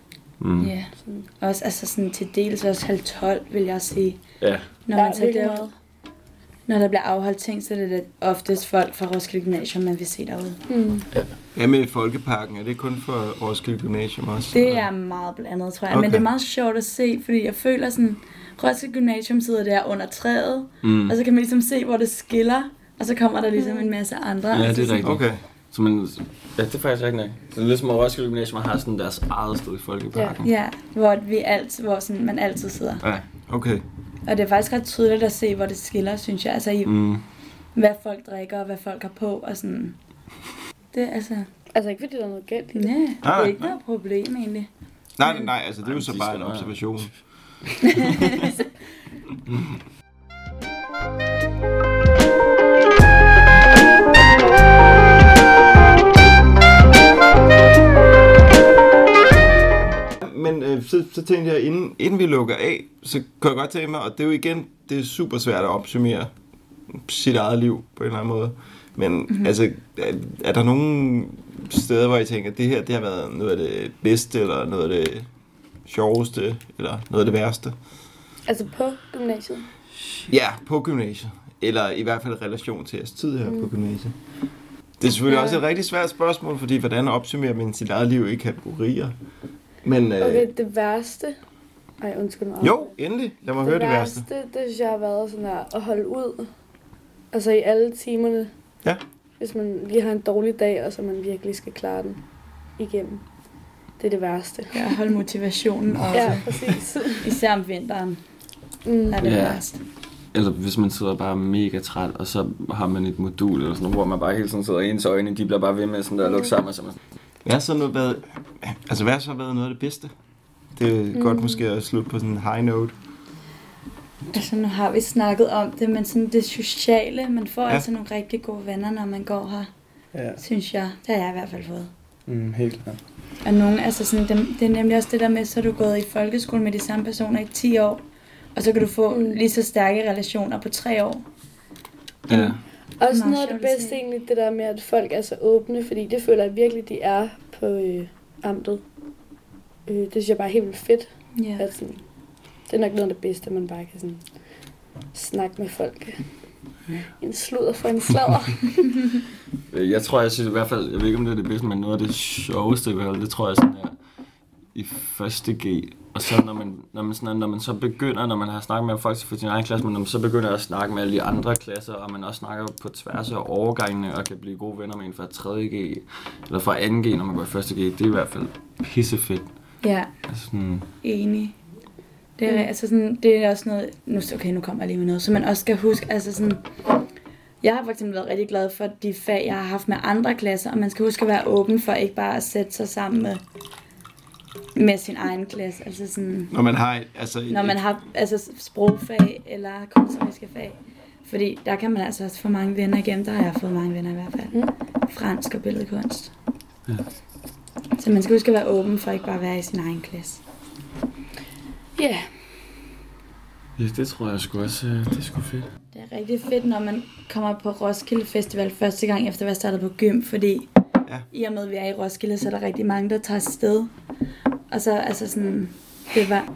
Ja, også altså sådan til dels også 12, vil jeg sige. Ja. Når man tager derud. Når der bliver afholdt ting, så er det oftest folk fra Roskilde Gymnasium, man vil se derude. Ja, med Folkeparken, er det kun for Roskilde Gymnasium også? Det er meget blandet, tror jeg. Okay. Men det er meget sjovt at se, fordi jeg føler sådan, Roskilde Gymnasium sidder der under træet, og så kan man ligesom se, hvor det skiller, og så kommer der ligesom en masse andre. Ja, det er rigtigt. Okay. Så man, ja, det er faktisk rigtig nok. Så det er ligesom, at Roskilde Gymnasium har sådan deres eget sted i Folkeparken. Ja, hvor sådan, man altid sidder. Ja. Okay. Og det er faktisk ret tydeligt at se, hvor det skiller, synes jeg. Altså i, hvad folk drikker, og hvad folk har på, og sådan. Det, altså, Altså ikke fordi der er noget galt i det. Nej, det er ikke noget problem egentlig. Nej, altså det er jo så bare en observation. Men så tænkte jeg, inden vi lukker af, så kan jeg godt tænke mig, og det er jo igen, det er super svært at opsummere sit eget liv på en eller anden måde. Men altså, er der nogle steder, hvor I tænker, at det her det har været noget af det bedste, eller noget af det sjoveste, eller noget af det værste? Altså på gymnasiet? Ja, på gymnasiet. Eller i hvert fald i relation til jeres tid her på gymnasiet. Det er selvfølgelig også et rigtig svært spørgsmål, fordi hvordan opsummerer man sit eget liv i kategorier? Men, okay, det værste... Ej, undskyld mig. Jo, endelig. Lad mig høre det værste. Det synes jeg har været sådan der, at holde ud. Altså i alle timerne. Ja. Hvis man lige har en dårlig dag, og så man virkelig skal klare den igennem. Det er det værste. Ja, holde motivationen også. Ja, præcis. Især om vinteren er det værste. Eller hvis man sidder bare mega træt, og så har man et modul, eller sådan noget, hvor man bare hele tiden sidder i ens øjne, de bliver bare ved med sådan der at lukke sammen. Så hvad har så været noget af det bedste? Det er godt måske at slutte på sådan en high note. Altså nu har vi snakket om det, men sådan det sociale, man får altså nogle rigtig gode venner, når man går her, synes jeg. Det har jeg i hvert fald fået. Helt klart. Og nogle, altså sådan, det er nemlig også det der med, så er du gået i folkeskole med de samme personer i 10 år, og så kan du få lige så stærke relationer på 3 år. Ja. Også noget af det bedste egentlig, det der med, at folk er så åbne, fordi det føler jeg virkelig, de er på amtet. Det synes jeg bare er helt vildt fedt. Ja. At sådan, det er nok noget af det bedste, man bare kan sådan snakke med folk. En sludder for en sladder. Jeg tror, jeg synes i hvert fald, jeg ved ikke om det er det bedste, men noget af det sjoveste, det tror jeg sådan er i 1. G. Og så når man så begynder, når man har snakket med folk fra sin egen klasse, men når man så begynder at snakke med alle de andre klasser, og man også snakker på tværs af overgangene, og kan blive gode venner med en fra 3. G, eller fra 2. G, når man går i 1. G, det er i hvert fald pissefedt. Ja, altså sådan... enig. Det er, altså sådan, det er også noget, nu kommer jeg lige med noget, så man også skal huske, altså sådan, jeg har faktisk været rigtig glad for de fag, jeg har haft med andre klasser, og man skal huske at være åben for ikke bare at sætte sig sammen med sin egen klasse, altså sådan... Når man har sprogfag eller kunstneriske fag, fordi der kan man altså også få mange venner igennem, der har jeg fået mange venner i hvert fald. Fransk og billedkunst. Ja. Så man skal huske at være åben for ikke bare at være i sin egen klasse. Ja. Ja, det tror jeg sgu også, det er sgu fedt. Det er rigtig fedt, når man kommer på Roskilde Festival første gang, efter at være startet på gym, fordi i og med, at vi er i Roskilde, så er der rigtig mange, der tager afsted. Og så, altså sådan, det var...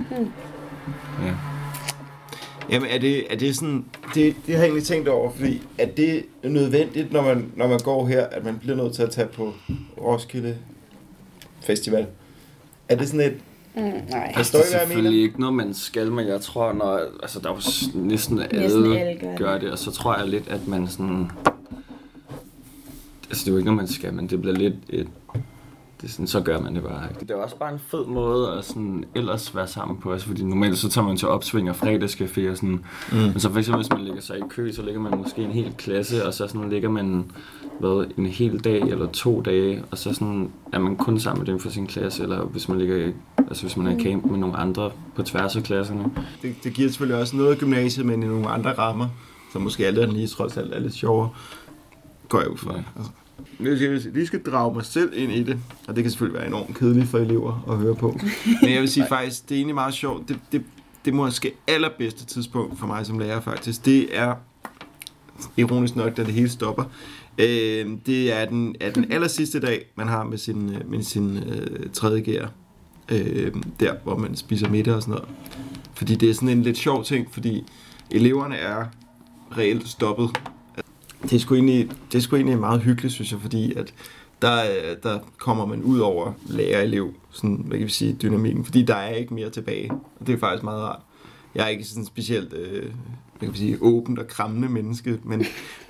Ja. Jamen, er det sådan... Det har jeg egentlig tænkt over, fordi er det nødvendigt, når man går her, at man bliver nødt til at tage på Roskilde Festival? Er det sådan et... Nej. Altså, det er selvfølgelig ikke noget, man skal, men jeg tror, der er jo næsten alle gør det, og så tror jeg lidt, at man sådan... Altså, det er jo ikke noget, man skal, men det bliver lidt et... Det er sådan, så gør man det bare. Det er også bare en fed måde at sådan ellers være sammen på, altså, fordi normalt så tager man til opsving og fredagscafé og sådan. Men så for eksempel, hvis man ligger sig i kø, så ligger man måske en hel klasse, og så sådan ligger man en hel dag eller 2 dage, og så sådan er man kun sammen med dem fra sin klasse, eller hvis man ligger hvis man er i camp med nogle andre på tværs af klasserne. Det giver selvfølgelig også noget gymnasiet, men i nogle andre rammer, så måske alt lige trods alt er lidt sjovere, går jeg ud fra. Altså. Jeg lige skal drage mig selv ind i det, og det kan selvfølgelig være enormt kedeligt for elever at høre på. Men jeg vil sige faktisk, det er egentlig meget sjovt. Det måske allerbedste tidspunkt for mig som lærer faktisk, det er ironisk nok, da det hele stopper. Det er den aller sidste dag, man har med sin 3. G'er. Der, hvor man spiser middag og sådan noget. Fordi det er sådan en lidt sjov ting, fordi eleverne er reelt stoppet. Det er sgu egentlig meget hyggeligt, synes jeg, fordi at der kommer man ud over lærer-elev, sådan, hvad kan vi sige, dynamikken, fordi der er ikke mere tilbage, og det er faktisk meget rart. Jeg er ikke sådan specielt, hvad kan vi sige, åbent og krammende menneske, men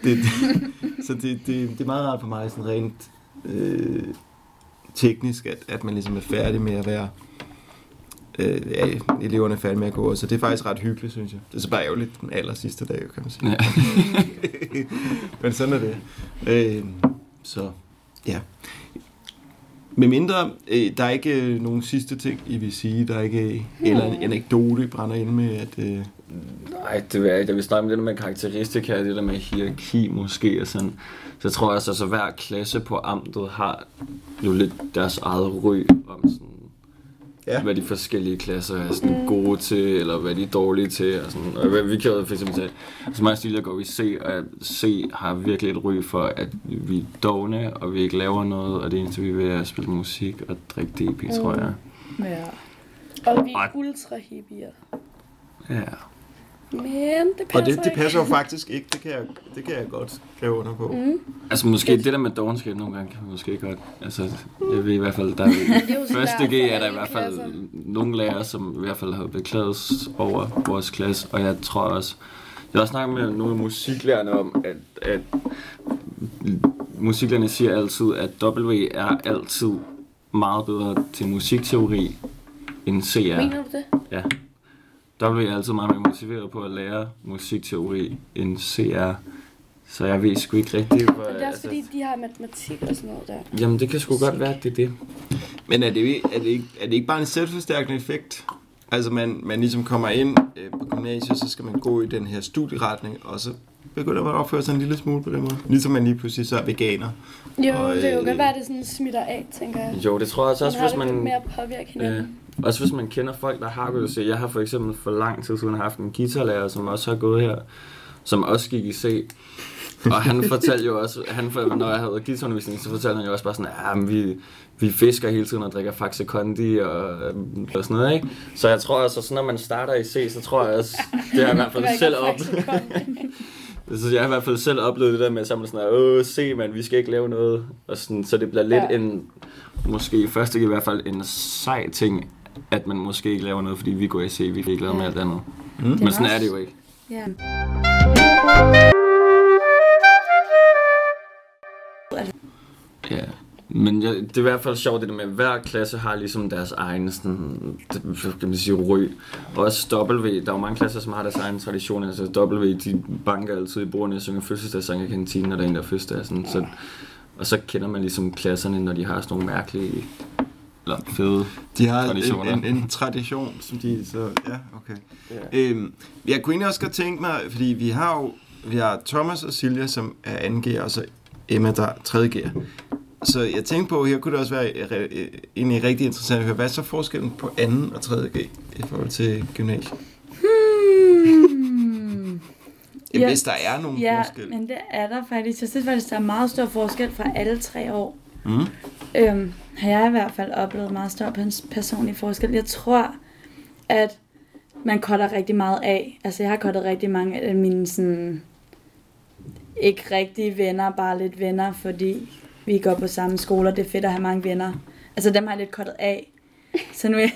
så det er meget rart for mig, sådan rent teknisk, at man ligesom er færdig med at være, eleverne er færdige med at gå, så det er faktisk ret hyggeligt, synes jeg. Det er så bare ærgerligt den aller sidste dag, kan man sige. Ja. Men sådan er det. Så Ja. Med mindre, der er ikke nogen sidste ting, I vil sige, der er ikke, eller en anekdote brænder ind med, at... Nej, det vil jeg ikke. Jeg vil snakke om det der med karakteristika, det der med hierarki måske, og sådan. Så jeg tror også, at hver klasse på amtet har jo lidt deres eget ry om sådan, hvad de forskellige klasser er sådan gode til, eller hvad de er dårlige til, og sådan. Og vi kan jo for eksempel sige, så meget stil, går i C, og C har virkelig et ry for, at vi er dovne, og vi ikke laver noget, og det eneste vi vil er at spille musik og drikke DP, tror jeg. Ja. Og vi er ultra-hippier. Ja. Men det passer og det passer jo faktisk ikke, det kan jeg godt skrive under på. Altså måske det der med dovenskab nogle gange kan man måske godt, altså jeg ved i hvert fald, der første G er der i hvert fald nogle lærere, som i hvert fald har beklaget over vores klasse, og jeg tror også, jeg har også snakket med nogle af musiklærerne om, at musiklærerne siger altid, at W er altid meget bedre til musikteori end CR. Mener du det? Ja. W er altid meget mere motiveret på at lære musikteori end CR. Så jeg ved sgu ikke rigtigt. Men det er også fordi, de har matematik og sådan noget der. Jamen, det kan sgu godt være, at det er det. Men er det ikke bare en selvforstærkende effekt? Altså, man ligesom kommer ind på gymnasiet, så skal man gå i den her studieretning, og så begynder man at opføre sig en lille smule på den måde. Ligesom man lige pludselig så er veganer. Jo, og, det kan jo godt være, at det sådan smitter af, tænker jeg. Jo, det tror jeg også, hvis man... mere påvirke hinanden. Også hvis man kender folk, der har gået til. Jeg har for eksempel for lang tid siden haft en guitarlærer, som også har gået her, som også gik i C. Og han fortalte jo også, når jeg havde guitarundervisning, så fortalte han jo også bare sådan, at vi fisker hele tiden og drikker Faxe Kondi og sådan noget, ikke? Så jeg tror altså, så når man starter i C, så tror jeg også, det har jeg i hvert fald selv oplevet. Så jeg har i hvert fald selv oplevet det der med, at man sådan, C, man, vi skal ikke lave noget. Og sådan, så det bliver lidt en, måske først i hvert fald en sej ting, at man måske ikke laver noget, fordi vi går i C, vi kan ikke lave med alt andet. Men sådan er det jo ikke. Ja. Ja, men det er i hvert fald sjovt det der med, at hver klasse har ligesom deres egen sådan, kan man sige, ry. Også W, der er jo mange klasser, som har deres egen tradition. Altså W, de banker altid i bordene og synger fødselsdagssang i kantinen, når der er en, der er fødselsdag. Sådan. Så, og så kender man ligesom klasserne, når de har sådan nogle mærkelige, eller fede de har traditioner. En tradition, som de så... Ja, okay. Ja. Jeg kunne egentlig også godt tænke mig, fordi vi har Thomas og Silja, som er 2G'er, og så Emma, der er 3G'er. Så jeg tænkte på, her kunne det også være egentlig rigtig interessant at høre, hvad er så forskellen på 2. og 3G i forhold til gymnasiet? Hvis der er nogen forskel. Ja, men det er der faktisk. Jeg synes faktisk, der er meget stor forskel fra alle 3 år. Har jeg i hvert fald oplevet meget stor personlig forskel. Jeg tror, at man cutter rigtig meget af. Altså, jeg har cuttet rigtig mange af mine sådan, ikke rigtige venner, bare lidt venner, fordi vi går på samme skole, og det er fedt at have mange venner. Altså, dem har jeg lidt cuttet af. Så nu,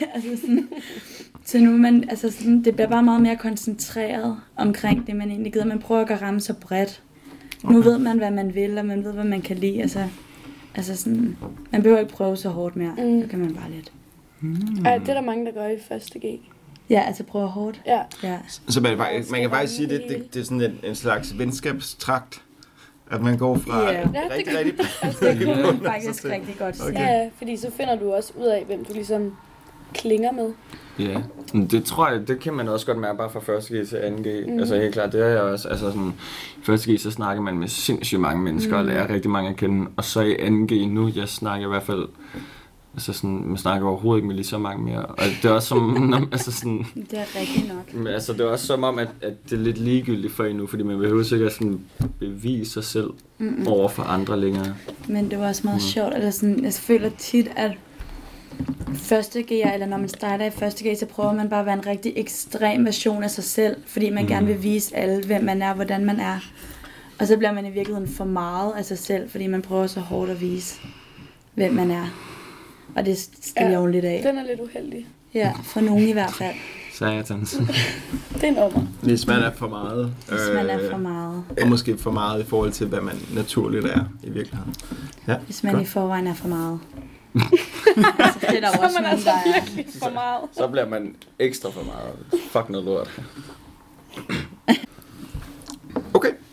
det bliver bare meget mere koncentreret omkring det, man egentlig gider. Man prøver at ramme så bredt. Okay. Nu ved man, hvad man vil, og man ved, hvad man kan lide. Altså sådan, man behøver ikke prøve så hårdt mere. Så kan man bare lidt. Ja, det er der mange, der gør i 1.G. Ja, altså prøve hårdt. Ja. Så man kan faktisk sige, at det er sådan en slags venskabstrakt, at man går fra rigtig det er faktisk rigtig godt. Okay. Ja, fordi så finder du også ud af, hvem du ligesom klinger med. Ja, det tror jeg, det kan man også godt mærke bare fra 1.G til 2G. Altså helt klart, det er jeg også. Altså sådan, 1.G, så snakker man med sindssygt mange mennesker og lærer rigtig mange at kende. Og så i 2G nu, jeg snakker i hvert fald, altså sådan, man snakker overhovedet ikke med lige så mange mere. Og det er også som, altså sådan... Det er rigtigt nok. Altså det er også som om, at det er lidt ligegyldigt for en nu, fordi man behøver sikkert sådan bevise sig selv over for andre længere. Men det var også meget sjovt, eller sådan, jeg føler tit, at 1.G'er, eller når man starter i 1.G, så prøver man bare at være en rigtig ekstrem version af sig selv, fordi man gerne vil vise alle, hvem man er, hvordan man er. Og så bliver man i virkeligheden for meget af sig selv, fordi man prøver så hårdt at vise, hvem man er. Og det stiller jeg jo lidt af. Den er lidt uheldig. Ja, for nogen i hvert fald. Satans. Det er en ommer. Hvis man er for meget. Hvis man er for meget. Og måske for meget i forhold til, hvad man naturligt er i virkeligheden. Ja, hvis man i forvejen er for meget. Altså, det er der også man altså virkelig for meget. Så bliver man ekstra for meget. Fuck noget lort. Okay, godt.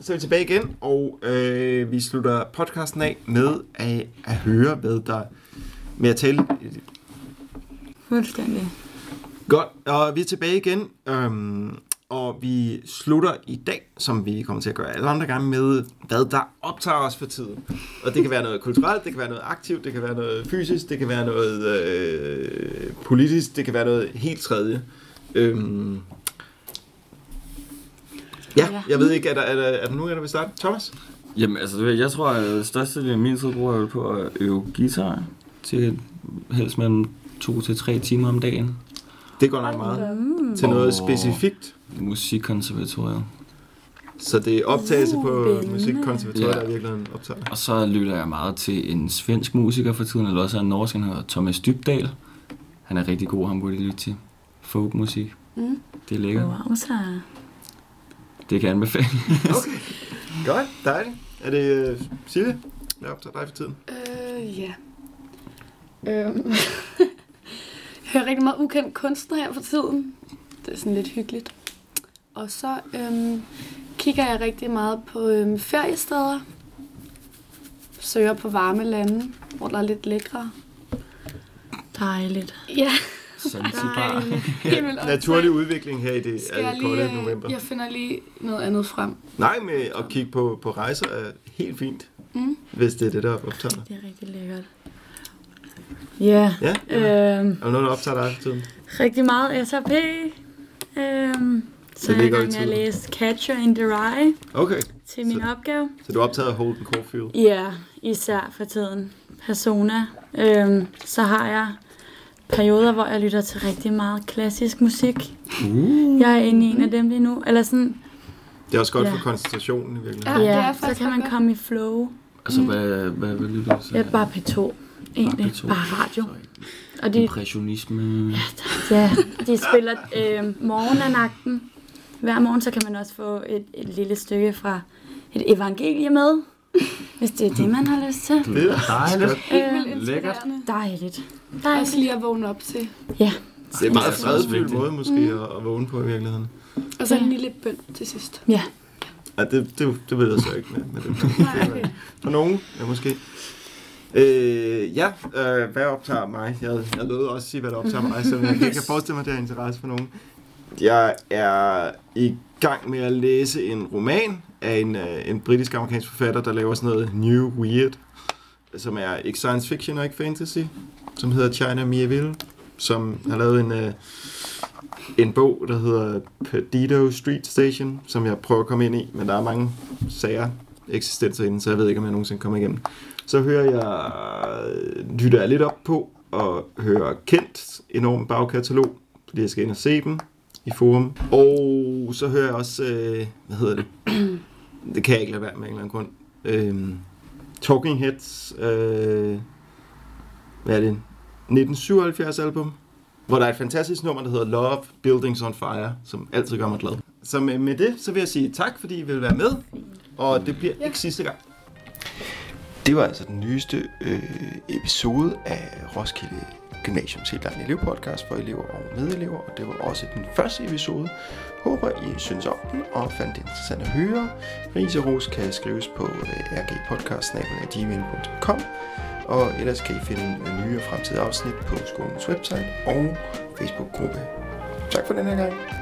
så er vi tilbage igen, og vi slutter podcasten af med at høre, hvad der med at tale. Fuldstændig. Godt, og vi er tilbage igen, og vi slutter i dag, som vi kommer til at gøre alle andre gange, med hvad der optager os for tiden. Og det kan være noget kulturelt, det kan være noget aktivt, det kan være noget fysisk, det kan være noget politisk, det kan være noget helt tredje. Ja, jeg ved ikke, er der nogen, der vil starte? Thomas? Jamen, altså, jeg tror, at største del af min tid bruger jeg på at øve guitar til helst mellem 2 til 3 timer om dagen. Det går nok meget. Til noget specifikt. Musikkonservatoriet. Så det er optagelse på musikkonservatoriet, der virkelig optager. Og så lytter jeg meget til en svensk musiker for tiden, eller også en norsk, han hedder Thomas Dybdahl. Han er rigtig god, han burde lytte til. Folkmusik. Det er lækkert. Wow, så... Det kan jeg anbefale. Okay. Godt, dejligt. Er det Silje, der optager dig for tiden? Ja. Jeg hører rigtig meget ukendt kunstner her for tiden. Det er sådan lidt hyggeligt. Og så kigger jeg rigtig meget på feriesteder. Søger på varme lande, hvor der er lidt lækre. Dejligt. Ja. Zanzibar. Naturlig udvikling her i det kolde november. Jeg finder lige noget andet frem. Nej, med at kigge på rejser er helt fint, hvis det er det, der optager. Det er rigtig lækkert. Ja. Er der noget, der optager dig for tiden? Rigtig meget SAP. Så jeg er i gang med at læse Catcher in the Rye til min opgave. Så du er optaget af Holden Caulfield? Ja, især for tiden. Persona. Så har jeg perioder, hvor jeg lytter til rigtig meget klassisk musik. Jeg er inde i en af dem lige nu. Eller sådan, det er også godt for koncentrationen i virkeligheden. Ja, så kan man komme i flow. Altså, hvad lytter du til? Ja, bare P2. Egentlig. Bare radio. Og Impressionisme. Ja, de spiller morgenandagten. Hver morgen, så kan man også få et lille stykke fra et evangelie med. Hvis det er det, man har lyst til. Det er dejligt. Lækkert. Dejligt. Også lige at vågne op til. Ja. Det er en meget fredfyldt måde måske at vågne på i virkeligheden. Og så en lille bøn til sidst. Ja. Ja, det ved jeg så ikke med dem. Nej, for nogen, ja måske. Hvad optager mig? Jeg lovede også at sige, hvad der optager mig, så jeg kan forestille mig, at det har interesse for nogen. Jeg er i gang med at læse en roman af en britisk-amerikansk forfatter, der laver sådan noget New Weird, som er ikke science fiction og ikke fantasy, som hedder China Miéville, som har lavet en bog, der hedder Perdido Street Station, som jeg prøver at komme ind i, men der er mange sager, eksistenser inden, så jeg ved ikke, om jeg nogensinde kommer igennem. Så lytter jeg lidt op på og hører Kent enormt bagkatalog, fordi jeg skal ind og se dem i Forum. Og så hører jeg også, det kan jeg ikke lade være med en eller anden grund. Talking Heads, hvad er det? 1977 album, hvor der er et fantastisk nummer, der hedder Love Buildings on Fire, som altid gør mig glad. Så med det, så vil jeg sige tak, fordi I vil være med, og det bliver ikke sidste gang. Det var altså den nyeste episode af Roskilde Gymnasiums helt egne elevpodcast for elever og medelever, og det var også den første episode. Håber I synes om den og fandt det interessant at høre. Ris og ros kan skrives på rgpodcast@gmail.com, og ellers kan I finde nye og fremtidige afsnit på skolens website og Facebook-gruppe. Tak for den her gang.